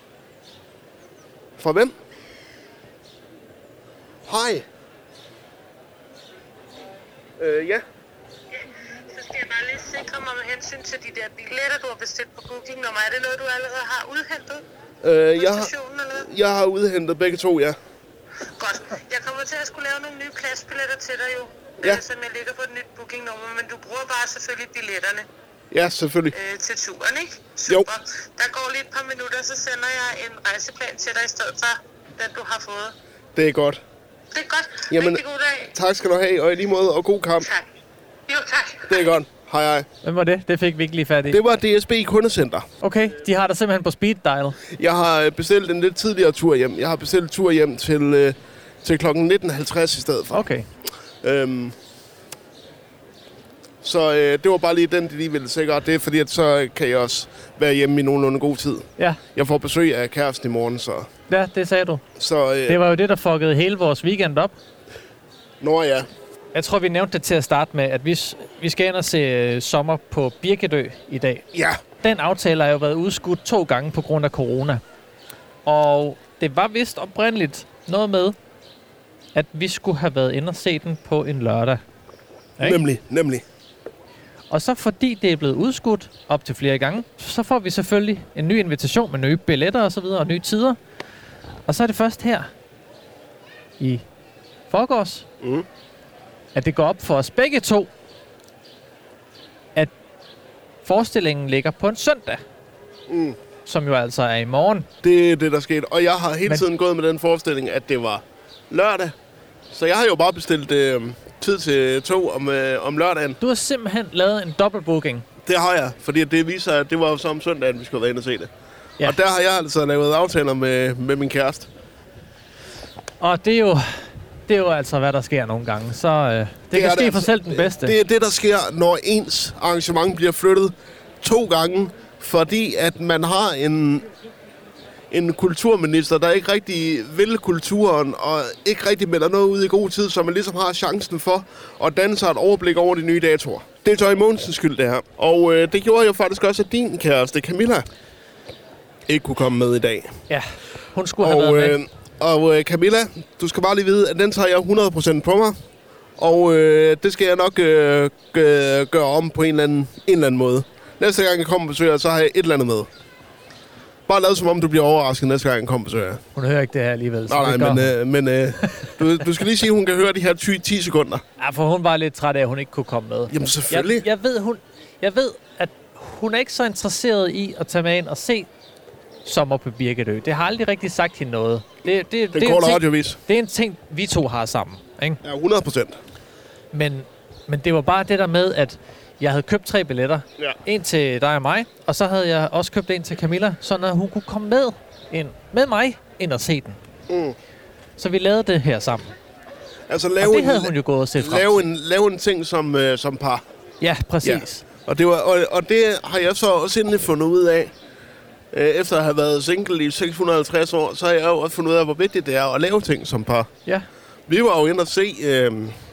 Fra hvem? Hej. Ja. Så skal jeg bare lige sikre mig med hensyn til de der billetter, du har bestilt på Booking-nummer. Er det noget, du allerede har udhentet? Jeg har udhentet begge to, ja. Godt. Jeg kommer til at skulle lave nogle nye pladsbilletter til dig jo. Ja. Som jeg lægger på et nyt Booking-nummer. Men du bruger bare selvfølgelig billetterne Ja, selvfølgelig. til turen, ikke? Super. Jo. Der går lige et par minutter, så sender jeg en rejseplan til dig i stedet for den, du har fået. Det er godt. Det er godt. Jamen, rigtig god dag. Tak skal du have, og i lige måde, og god kamp. Tak. Jo, tak. Det er godt. Hej, hej. Hvem var det? Det fik vi ikke lige fat i. Det var DSB Kundecenter. Okay, de har der simpelthen på speed dial. Jeg har bestilt en lidt tidligere tur hjem. Jeg har bestilt tur hjem til klokken 19.50 i stedet for. Okay. Så det var bare lige den, de lige ville sikre. Det er fordi, at så kan jeg også være hjemme i nogenlunde god tid. Ja. Jeg får besøg af kæresten i morgen, så... Ja, det sagde du. Så, det var jo det, der fuckede hele vores weekend op. Nå ja. Jeg tror, vi nævnte det til at starte med, at vi skal ind og se sommer på Birkedø i dag. Ja. Den aftale har jo været udskudt 2 gange på grund af corona. Og det var vist oprindeligt noget med, at vi skulle have været inde og se den på en lørdag. Ikke? Nemlig. Og så fordi det er blevet udskudt op til flere gange, så får vi selvfølgelig en ny invitation med nye billetter og så videre og nye tider. Og så er det først her i forgårs, at det går op for os begge to, at forestillingen ligger på en søndag, som jo altså er i morgen. Det er det, der skete. Og jeg har hele tiden gået med den forestilling, at det var lørdag. Så jeg har jo bare bestilt tid til tog om lørdagen. Du har simpelthen lavet en dobbeltbooking. Det har jeg, fordi det viser, at det var jo så om søndagen, vi skulle være inde og se det. Ja. Og der har jeg altså lavet aftaler med min kæreste. Og det er jo altså, hvad der sker nogle gange. Så det kan ske for selv den bedste. Det er det, der sker, når ens arrangement bliver flyttet 2 gange, fordi at man har en kulturminister, der ikke rigtig vil kulturen, og ikke rigtig melder noget ud i god tid, så man ligesom har chancen for at danne sig et overblik over de nye datoer. Det er Joy Mogensens skyld, det her. Og det gjorde jo faktisk også, at din kæreste, Camilla, ikke kunne komme med i dag. Ja, hun skulle have været med. Og Camilla, du skal bare lige vide, at den tager jeg 100% på mig. Og det skal jeg nok gøre om på en eller anden måde. Næste gang jeg kommer på besøg, så har jeg et eller andet med. Bare lad som om, du bliver overrasket næste gang jeg kommer på besøg. Hun hører ikke det her alligevel. Nej, men du skal lige sige, at hun kan høre de her 10 sekunder. Ja, for hun var lidt træt af, at hun ikke kunne komme med. Jamen selvfølgelig. Jeg ved, at hun er ikke så interesseret i at tage med ind og se sommer på Birkedø. Det har aldrig rigtig sagt hende noget. Det er en ting, vi to har sammen. Ikke? Ja, 100%. Men det var bare det der med, at jeg havde købt 3 billetter. Ja. En til dig og mig, og så havde jeg også købt en til Camilla, så at hun kunne komme med mig ind og se den. Så vi lavede det her sammen. Altså og det havde hun jo gået og set frem til. Lave en ting som par. Ja, præcis. Ja. Og det har jeg så også endelig fundet ud af. Efter at have været single i 650 år, så har jeg jo også fundet ud af, hvor vigtigt det er at lave ting som par. Ja. Vi var jo inde og se,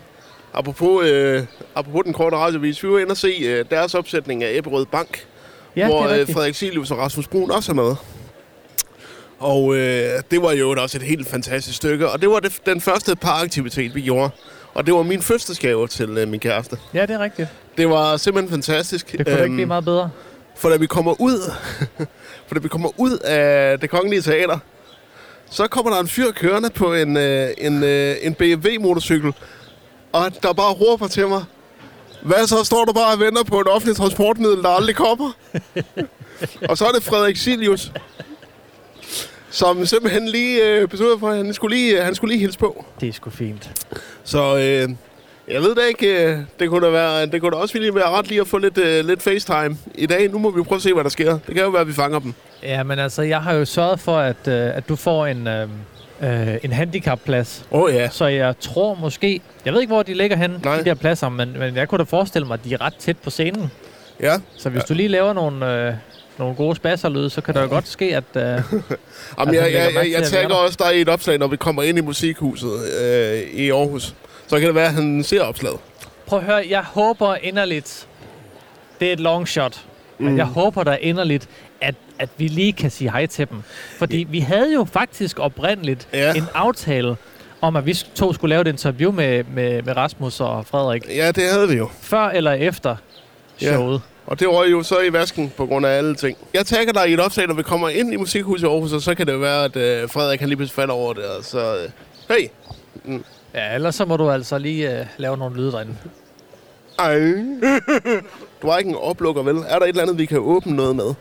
apropos den korte radiovis, vi var inde og se deres opsætning af Ebberød Bank, hvor Frederik Silius og Rasmus Bruun også er med. Og det var jo også et helt fantastisk stykke. Og det var den første paraktivitet, vi gjorde. Og det var min fødselsdagsgave til min kæreste. Ja, det er rigtigt. Det var simpelthen fantastisk. Det kunne ikke blive meget bedre. For da vi kommer ud af det kongelige teater, så kommer der en fyr kørende på en BMW-motorcykel, og der bare råber til mig, hvad så, står der bare og venter på et offentligt transportmiddel, der aldrig kommer? Og så er det Frederik Silius, som simpelthen lige besluttede for, at han skulle lige hilse på. Det er sgu fint. Så jeg ved da ikke, det kunne da også virkelig være ret lige at få lidt FaceTime i dag. Nu må vi prøve at se, hvad der sker. Det kan jo være, at vi fanger dem. Ja, men altså, jeg har jo sørget for, at du får en handicapplads. Ja. Så jeg tror måske... Jeg ved ikke, hvor de ligger henne, de der pladser, men jeg kunne da forestille mig, at de er ret tæt på scenen. Ja. Så hvis du lige laver nogle gode spasserlyde, så kan det jo godt ske, at... Jamen, jeg tænker også, der er et opslag, når vi kommer ind i Musikhuset i Aarhus. Så kan det være, at han ser opslaget. Prøv at høre, jeg håber inderligt... Det er et long shot. Men jeg håber da inderligt, at vi lige kan sige hej til dem. Fordi vi havde jo faktisk oprindeligt en aftale om, at vi to skulle lave et interview med Rasmus og Frederik. Ja, det havde vi jo. Før eller efter showet. Ja. Og det røg jo så i vasken på grund af alle ting. Jeg tagger dig i et opslag, når vi kommer ind i Musikhuset i Aarhus, og så kan det jo være, at Frederik kan lige pludselig falde over det. Og så, hey! Ja, ellers så må du altså lige lave nogle lyde derinde. Ej. Du har ikke en oplukker, vel? Er der et eller andet, vi kan åbne noget med?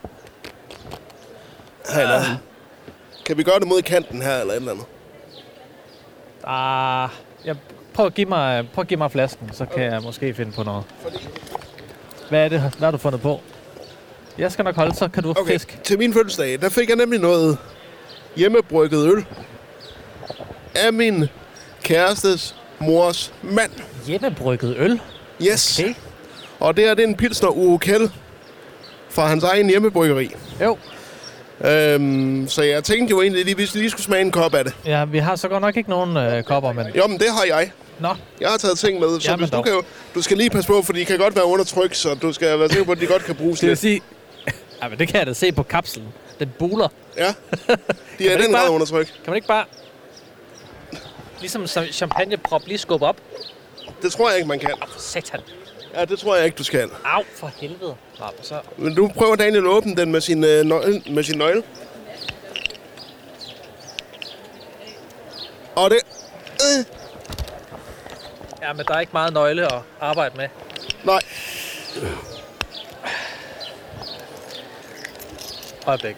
Kan vi gøre det mod kanten her, eller et eller andet? Prøv at give mig flasken, så kan jeg måske finde på noget. Hvad har du fundet på? Jeg skal nok holde, så kan du fisk. Til min fødselsdag, der fik jeg nemlig noget hjemmebrygget øl af min kærestes mors mand. Hjemmebrygget øl? Yes. Okay. Og det er en Pilsner Urquell fra hans egen hjemmebryggeri. Jo. Så jeg tænkte jo egentlig, at vi lige skulle smage en kop af det. Ja, vi har så godt nok ikke nogen kopper, men... Jo, men det har jeg. Nå. Jeg har taget ting med, så du skal lige passe på, for de kan godt være under tryk, så du skal være sikker på, at de godt kan bruges lidt. Det vil sige... Ja, men det kan jeg da se på kapslen. Den buler. Ja, de er i den grad under tryk. Kan man ikke bare... Ligesom champagneprop lige skubbe op? Det tror jeg ikke, man kan. Satan. Ja, det tror jeg ikke, du skal. Au, for helvede. Nå, så... Men du prøver, Daniel, at åbne den med sin nøgle. Og det... Ja, men der er ikke meget nøgle at arbejde med. Nej. Øjeblik.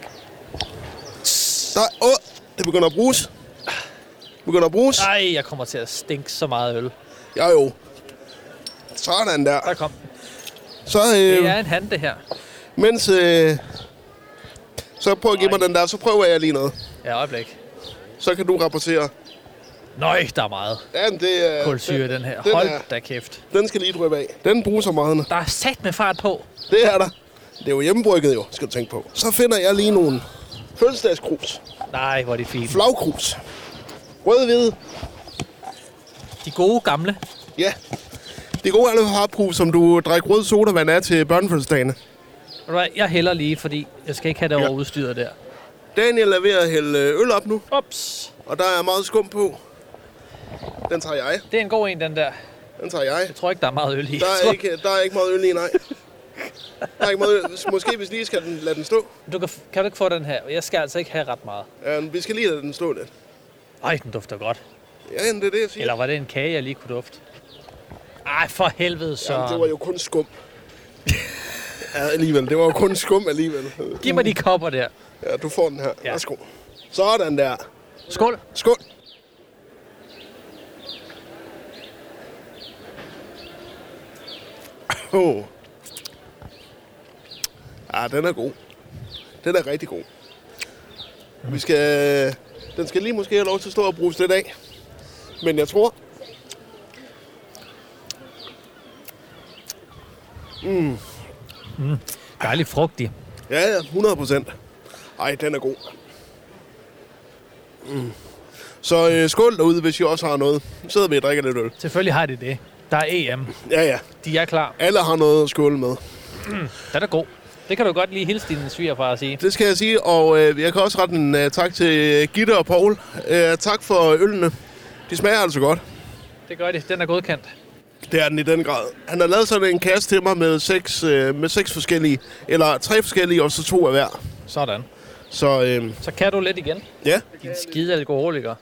Det begynder at bruges. Ej, jeg kommer til at stinke så meget øl. Ja jo. Sådan der. Der kom. Så, det er en hand, det her. Mens... så prøv at give mig den der, så prøver jeg lige noget. Ja, øjeblik. Så kan du rapportere. Nøj, der er meget. Jamen, det er... Kulsyre, den her. Hold da kæft. Den skal lige dryppe af. Den bruser meget. Der er sat med fart på. Det er der. Det er jo hjemmebrygget jo, skal du tænke på. Så finder jeg lige nogle fødselsdagskrus. Nej, hvor er det fint. Flagkrus. Rød-hvide. De gode gamle. Ja. De gode alle harkrus, som du drikker rød sodavand af til børnefødselsdagene. Jeg hælder lige, fordi jeg skal ikke have det over udstyret der. Daniel er ved at hælde øl op nu. Ups. Og der er meget skum på. Den tager jeg. Det er en god en, den der. Den tager jeg. Jeg tror ikke, der er meget øl i. Der er ikke meget øl i, nej. Der er ikke meget øl. Måske hvis lige skal lade den stå. Kan du ikke få den her? Jeg skal altså ikke have ret meget. Vi skal lige lade den stå lidt. Ej, den dufter godt. Ja, det er det, jeg siger. Eller var det en kage, jeg lige kunne dufte? Ej, for helvede så. Jamen, det var jo kun skum. Ja, alligevel. Det var jo kun skum alligevel. Giv mig de kopper der. Ja, du får den her. Ja. Værsgo. Sådan der. Skål. Skål. Ja, den er god. Den er rigtig god. Den skal lige måske have lov til at stå og bruges lidt af. Men jeg tror... Dejlig frugtig. Ja, 100%. Ej, den er god. Så skål derude, hvis I også har noget. Sidder vi og drikker lidt øl. Selvfølgelig har de det. Der er EM. Ja. De er klar. Alle har noget at skåle med. Den er god. Det kan du godt lige hilse din svigerfar at sige. Det skal jeg sige, og jeg kan også rette en tak til Gitte og Paul. Tak for ølene. De smager altså godt. Det gør de. Den er godkendt. Det er den i den grad. Han har lavet sådan en kasse til mig med 6 forskellige, eller 3 forskellige, og så 2 af hver. Sådan. Så kan du lidt igen. Ja. Din skide alkoholiker.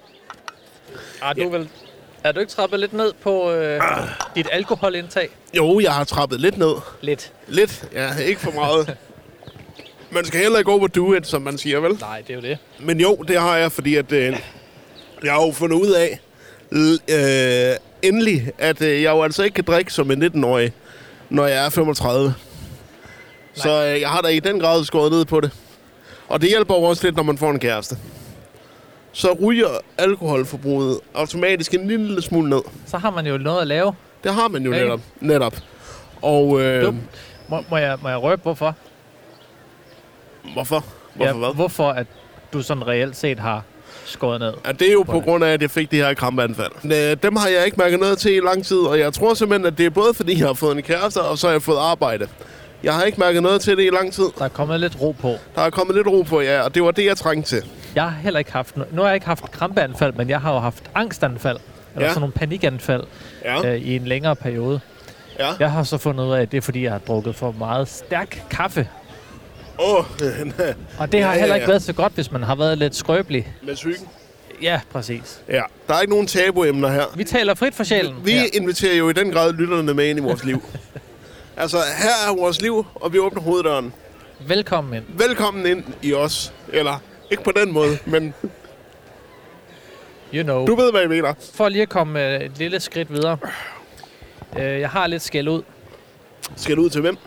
Er du ikke trappet lidt ned på dit alkoholindtag? Jo, jeg har trappet lidt ned. Lidt, ja. Ikke for meget. Man skal heller ikke over do it, som man siger, vel? Nej, det er jo det. Men jo, det har jeg, fordi at, jeg har jo fundet ud af, endelig, at jeg jo altså ikke kan drikke som en 19-årig, når jeg er 35. Nej. Så jeg har da i den grad skåret ned på det. Og det hjælper også lidt, når man får en kæreste. Så ryger alkoholforbruget automatisk en lille smule ned. Så har man jo noget at lave. Det har man jo netop. Og må jeg røbe, hvorfor? Hvorfor hvad? Hvorfor at du sådan reelt set har skåret ned? Ja, det er jo på grund af, at jeg fik det her krampeanfald. Dem har jeg ikke mærket noget til i lang tid, og jeg tror simpelthen, at det er både fordi, jeg har fået en kæreste, og så har jeg fået arbejde. Jeg har ikke mærket noget til det i lang tid. Der er kommet lidt ro på. Ja, og det var det, jeg trængte til. Jeg har heller ikke haft... Nu har jeg ikke haft krampeanfald, men jeg har jo haft angstanfald. Eller sådan nogle panikanfald i en længere periode. Ja. Jeg har så fundet ud af, at det er, fordi jeg har drukket for meget stærk kaffe. Og det har heller ikke været så godt, hvis man har været lidt skrøbelig. Med psyken? Ja, præcis. Ja, der er ikke nogen tabuemner her. Vi taler frit for sjælen. Vi inviterer jo i den grad lytterne med ind i vores liv. Altså, her er vores liv, og vi åbner hoveddøren. Velkommen ind. Velkommen ind i os. Eller, ikke på den måde, men... You know. Du ved, hvad jeg mener. For lige at komme et lille skridt videre. Jeg har lidt skæld ud. Skæld ud til hvem?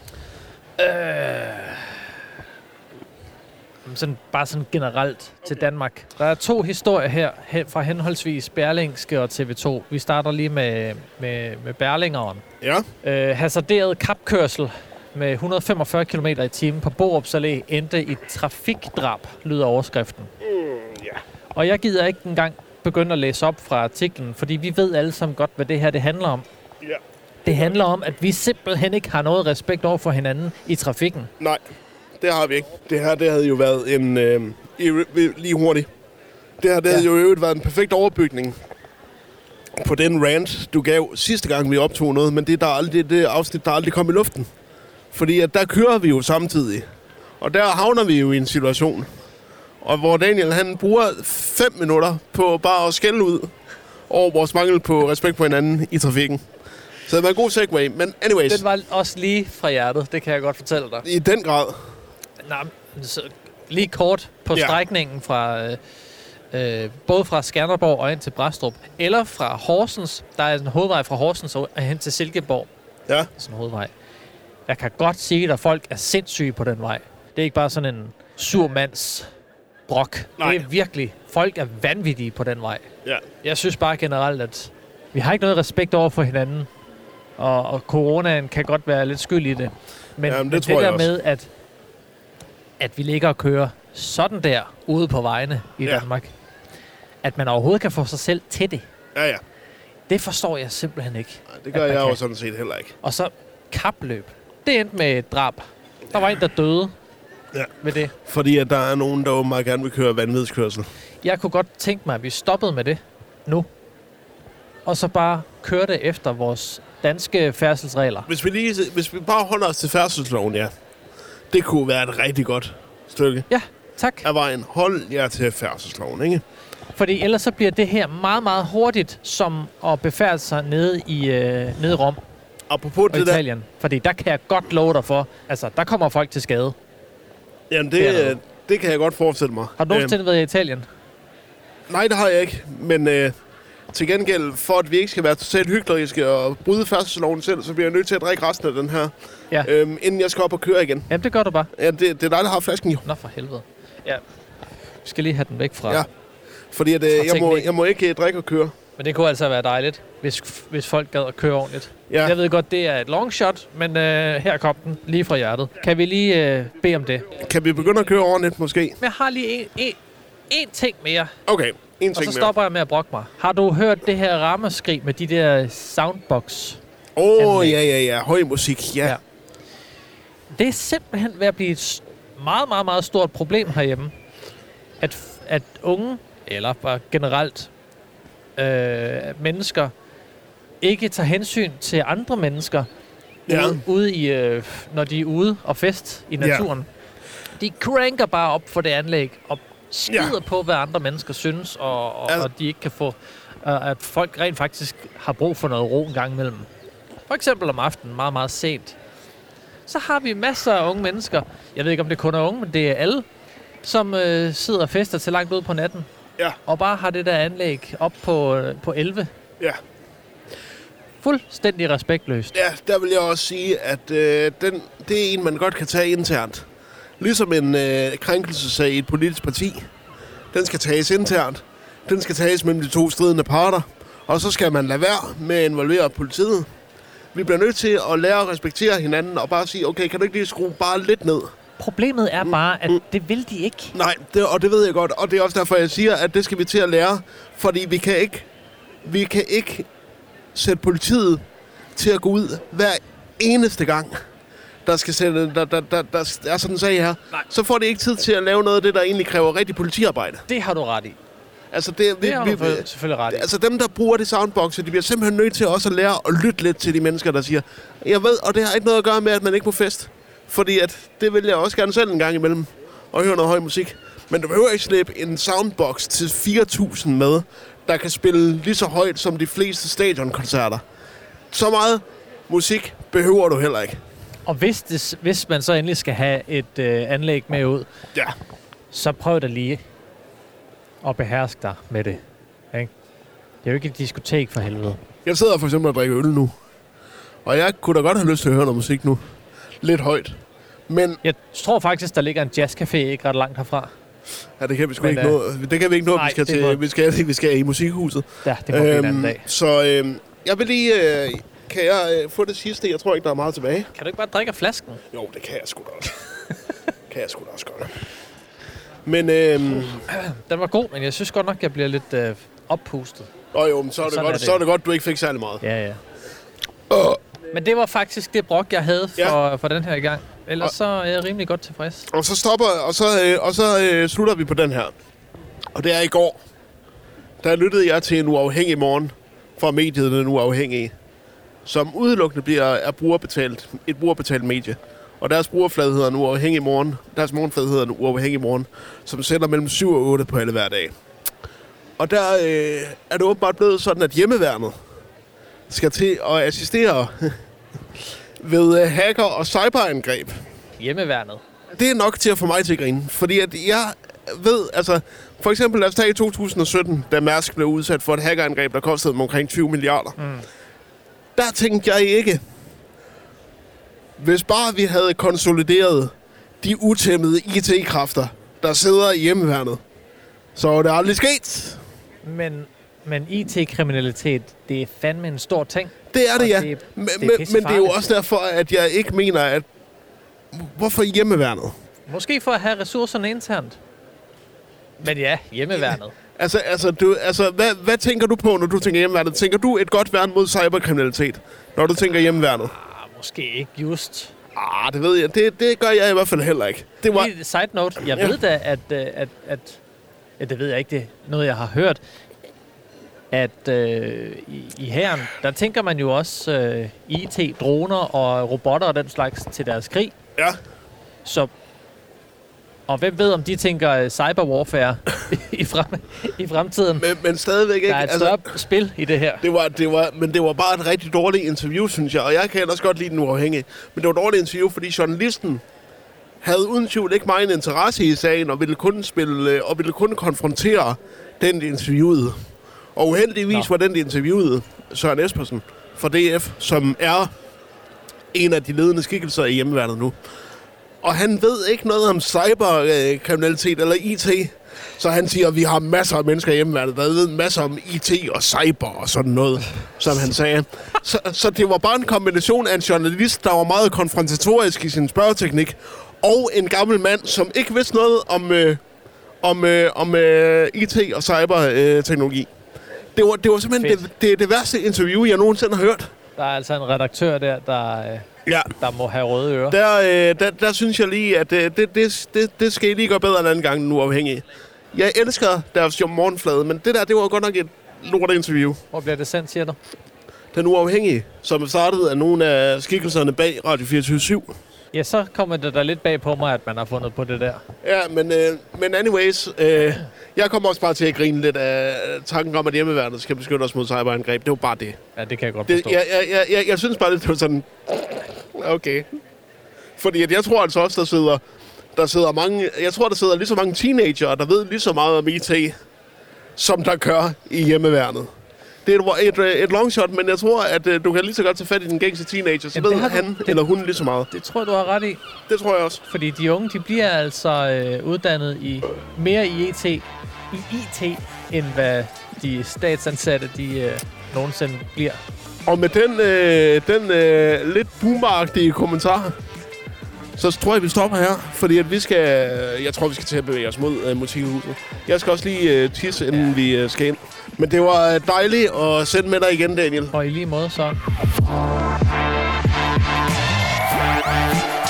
Bare sådan generelt til Danmark. Der er 2 historier her fra henholdsvis Berlingske og TV2. Vi starter lige med Berlingeren. Ja. Hasarderet kapkørsel med 145 km i timen på Borups Allé endte i trafikdrab, lyder overskriften. Og jeg gider ikke engang begynde at læse op fra artiklen, fordi vi ved alle sammen godt, hvad det her det handler om. Ja. Det handler om, at vi simpelthen ikke har noget respekt over for hinanden i trafikken. Nej, det har vi ikke. Det her, det havde jo været en... lige hurtigt. Det her, det havde jo været en perfekt overbygning på den rant, du gav sidste gang, vi optog noget, men det afsnit, der aldrig kom i luften. Fordi at der kører vi jo samtidig. Og der havner vi jo i en situation, og hvor Daniel, han bruger 5 minutter på bare at skælde ud over vores mangel på respekt på hinanden i trafikken. Så det var en god segway, men anyways. Den var også lige fra hjertet, det kan jeg godt fortælle dig. I den grad. Nej, lige kort på strækningen fra... både fra Skanderborg og ind til Brastrup, eller fra Horsens. Der er en hovedvej fra Horsens og hen til Silkeborg. Ja. Sådan en hovedvej. Jeg kan godt sige, at folk er sindssyge på den vej. Det er ikke bare sådan en surmands brok. Nej. Det er virkelig... Folk er vanvittige på den vej. Ja. Jeg synes bare generelt, at vi har ikke noget respekt over for hinanden. Og coronaen kan godt være lidt skyld i det. Men det der med, at vi ligger og kører sådan der ude på vejene i Danmark, at man overhovedet kan få sig selv til det. Ja. Det forstår jeg simpelthen ikke. Nej, det gør jeg jo sådan set heller ikke. Og så kapløb. Det endte med et drab. Der var en, der døde ved det. Fordi at der er nogen, der meget gerne vil køre vanvidskørsel. Jeg kunne godt tænke mig, at vi stoppede med det nu. Og så bare kørte efter vores danske færdselsregler. Hvis vi bare holder os til færdselsloven, det kunne være et rigtig godt stykke. Ja, tak. Af vejen. Hold jer til færdselsloven, ikke? Fordi ellers så bliver det her meget, meget hurtigt som at befærde sig nede i Rom. Apropos og det Italien. Der. Fordi der kan jeg godt love dig for, altså der kommer folk til skade. Jamen det kan jeg godt forestille mig. Har du nogensinde været i Italien? Nej, det har jeg ikke. Men til gengæld, for at vi ikke skal være totalt hykleriske og bryde færdselsloven selv, så bliver jeg nødt til at drikke resten af den her, inden jeg skal op og køre igen. Jamen, det gør du bare. Ja, det er dig, der har flasken jo. Nå, for helvede. Ja, vi skal lige have den væk fra... Ja, fordi at, jeg må ikke drikke og køre. Men det kunne altså være dejligt, hvis folk gad at køre ordentligt. Ja. Jeg ved godt, det er et long shot, men her kom den lige fra hjertet. Kan vi lige bede om det? Kan vi begynde at køre ordentligt, måske? Men jeg har lige en ting mere. Okay, en ting mere. Og så stopper jeg med at brokke mig. Har du hørt det her ramaskrig med de der soundbox? Ja. Høj musik, ja. det er simpelthen ved at blive et meget, meget, meget stort problem herhjemme, at unge, eller bare generelt mennesker, ikke tager hensyn til andre mennesker, ude i, når de er ude og fest i naturen. Ja. De cranker bare op for det anlæg, og skider på, hvad andre mennesker synes, og de ikke kan få, at folk rent faktisk har brug for noget ro en gang imellem. For eksempel om aftenen, meget, meget sent. Så har vi masser af unge mennesker, jeg ved ikke, om det kun er unge, men det er alle, som sidder og fester til langt ud på natten, og bare har det der anlæg op på 11. Ja. Fuldstændig respektløst. Ja, der vil jeg også sige, at det er en, man godt kan tage internt. Ligesom en krænkelsessag i et politisk parti. Den skal tages internt. Den skal tages mellem de to stridende parter. Og så skal man lade være med at involvere politiet. Vi bliver nødt til at lære at respektere hinanden og bare sige, okay, kan du ikke lige skrue bare lidt ned? Problemet er bare, at det vil de ikke. Nej, og det ved jeg godt. Og det er også derfor, jeg siger, at det skal vi til at lære. Fordi vi kan ikke sætte politiet til at gå ud hver eneste gang, der skal sætte, der er sådan en sag her. Nej. Så får de ikke tid til at lave noget af det, der egentlig kræver rigtig politiarbejde. Det har du ret i. Altså det har du selvfølgelig ret i. Altså dem, der bruger de soundboxer, de bliver simpelthen nødt til også at lære at lytte lidt til de mennesker, der siger, jeg ved, og det har ikke noget at gøre med, at man ikke må fest. Fordi at det vil jeg også gerne selv en gang imellem, og høre noget høj musik. Men du behøver ikke slæbe en soundbox til 4.000 med, der kan spille lige så højt som de fleste stadionkoncerter. Så meget musik behøver du heller ikke. Og hvis man så endelig skal have et anlæg med ud, så prøv da lige at beherske dig med det. Ikke? Det er jo ikke et diskotek for helvede. Jeg sidder for eksempel og drikker øl nu. Og jeg kunne da godt have lyst til at høre noget musik nu. Lidt højt. Men jeg tror faktisk, der ligger en jazzcafé ikke ret langt herfra. Ja, det kan vi sgu ikke nå. Det kan vi ikke nå. Nej, vi skal i musikhuset. Ja, det må blive en anden dag. Så jeg vil lige... kan jeg få det sidste? Jeg tror ikke, der er meget tilbage. Kan du ikke bare drikke af flasken? Jo, det kan jeg sgu da også. også godt. Men... Den var god, men jeg synes godt nok, jeg bliver lidt oppustet. Jo, men så er det godt, du ikke fik særlig meget. Ja. Men det var faktisk det brok, jeg havde for den her gang. Ellers så er jeg rimelig godt tilfreds. Og så så slutter vi på den her. Og det er i går. Der lyttede jeg til en uafhængig morgen fra mediet Den Uafhængige, som udelukkende er et brugerbetalt medie. Og deres brugerflade hedder Uafhængig Morgen. Deres morgenflade hedder Uafhængig Morgen, som sender mellem 7 og 8 på alle hverdag. Og der er det åbenbart blevet sådan, at hjemmeværnet skal til at assistere ved hacker- og cyberangreb. Hjemmeværnet? Det er nok til at få mig til at grine. Fordi at jeg ved, altså... For eksempel, lad os tage i 2017, da Mærsk blev udsat for et hackerangreb, der kostede dem omkring 20 milliarder. Der tænkte jeg ikke, hvis bare vi havde konsolideret de utæmmede IT-kræfter, der sidder i hjemmeværnet, så var det aldrig sket. Men IT-kriminalitet, det er fandme en stor ting. Det er det, ja. Men det er jo også derfor, at jeg ikke mener, at... Hvorfor hjemmeværnet? Måske for at have ressourcerne internt. Men ja, hjemmeværnet. Hvad tænker du på, når du tænker hjemmeværnet? Tænker du et godt værn mod cyberkriminalitet, når du tænker hjemmeværnet? Måske ikke just. Det ved jeg. Det gør jeg i hvert fald heller ikke. Det var... Side note. Jeg ved da, at det ved jeg ikke, det er noget, jeg har hørt, at i hæren, der tænker man jo også IT, droner og robotter og den slags til deres krig. Ja. Så... Og hvem ved, om de tænker cyberwarfare i fremtiden? Men stadigvæk ikke. Der er et større spil i det her. Men det var bare et rigtig dårligt interview, synes jeg. Og jeg kan også godt lide Den Uafhængige. Men det var et dårligt interview, fordi journalisten havde uden tvivl ikke meget interesse i sagen, og ville kun konfrontere den interviewede. Og uheldigvis var den interviewede Søren Espersen fra DF, som er en af de ledende skikkelser i hjemmeværnet nu. Og han ved ikke noget om cyberkriminalitet eller IT. Så han siger, at vi har masser af mennesker i hjemmeværnet, der ved masser om IT og cyber og sådan noget, som han sagde. Så det var bare en kombination af en journalist, der var meget konfrontatorisk i sin spørgeteknik, og en gammel mand, som ikke vidste noget om IT og cyberteknologi. Det var simpelthen det værste interview, jeg nogensinde har hørt. Der er altså en redaktør der må have røde ører. Der synes jeg lige, at det skal I lige gøre bedre en anden gang, den uafhængige. Jeg elsker deres morgenflade, men det var godt nok et lorteinterview. Hvor bliver det sendt, siger du? Den uafhængige, som startede af nogle af skikkelserne bag Radio 24/7. Ja, så kommer det da lidt bag på mig, at man har fundet på det der. Ja, men anyways, jeg kommer også bare til at grine lidt af tanken om, at hjemmeværnet skal beskytte os mod cyberangreb. Det var bare det. Ja, det kan jeg godt forstå. Jeg synes bare, det var sådan... Okay. Fordi at jeg tror altså også, der sidder mange... Jeg tror, der sidder lige så mange teenager, der ved lige så meget om IT, som der gør i hjemmeværnet. Det er et long shot, men jeg tror, at du kan lige så godt tage fat i den gængse teenager, så ved han eller hun lige så meget. Det tror jeg, du har ret i. Det tror jeg også. Fordi de unge, de bliver altså uddannet mere i IT, end hvad de statsansatte, de nogensinde bliver. Og med den lidt boomeragtige kommentar, så tror jeg, vi stopper her. Fordi at jeg tror, vi skal til at bevæge os mod Musikhuset. Jeg skal også lige tisse, inden vi skal ind. Men det var dejligt at sende med dig igen, Daniel. Og i lige måde, så.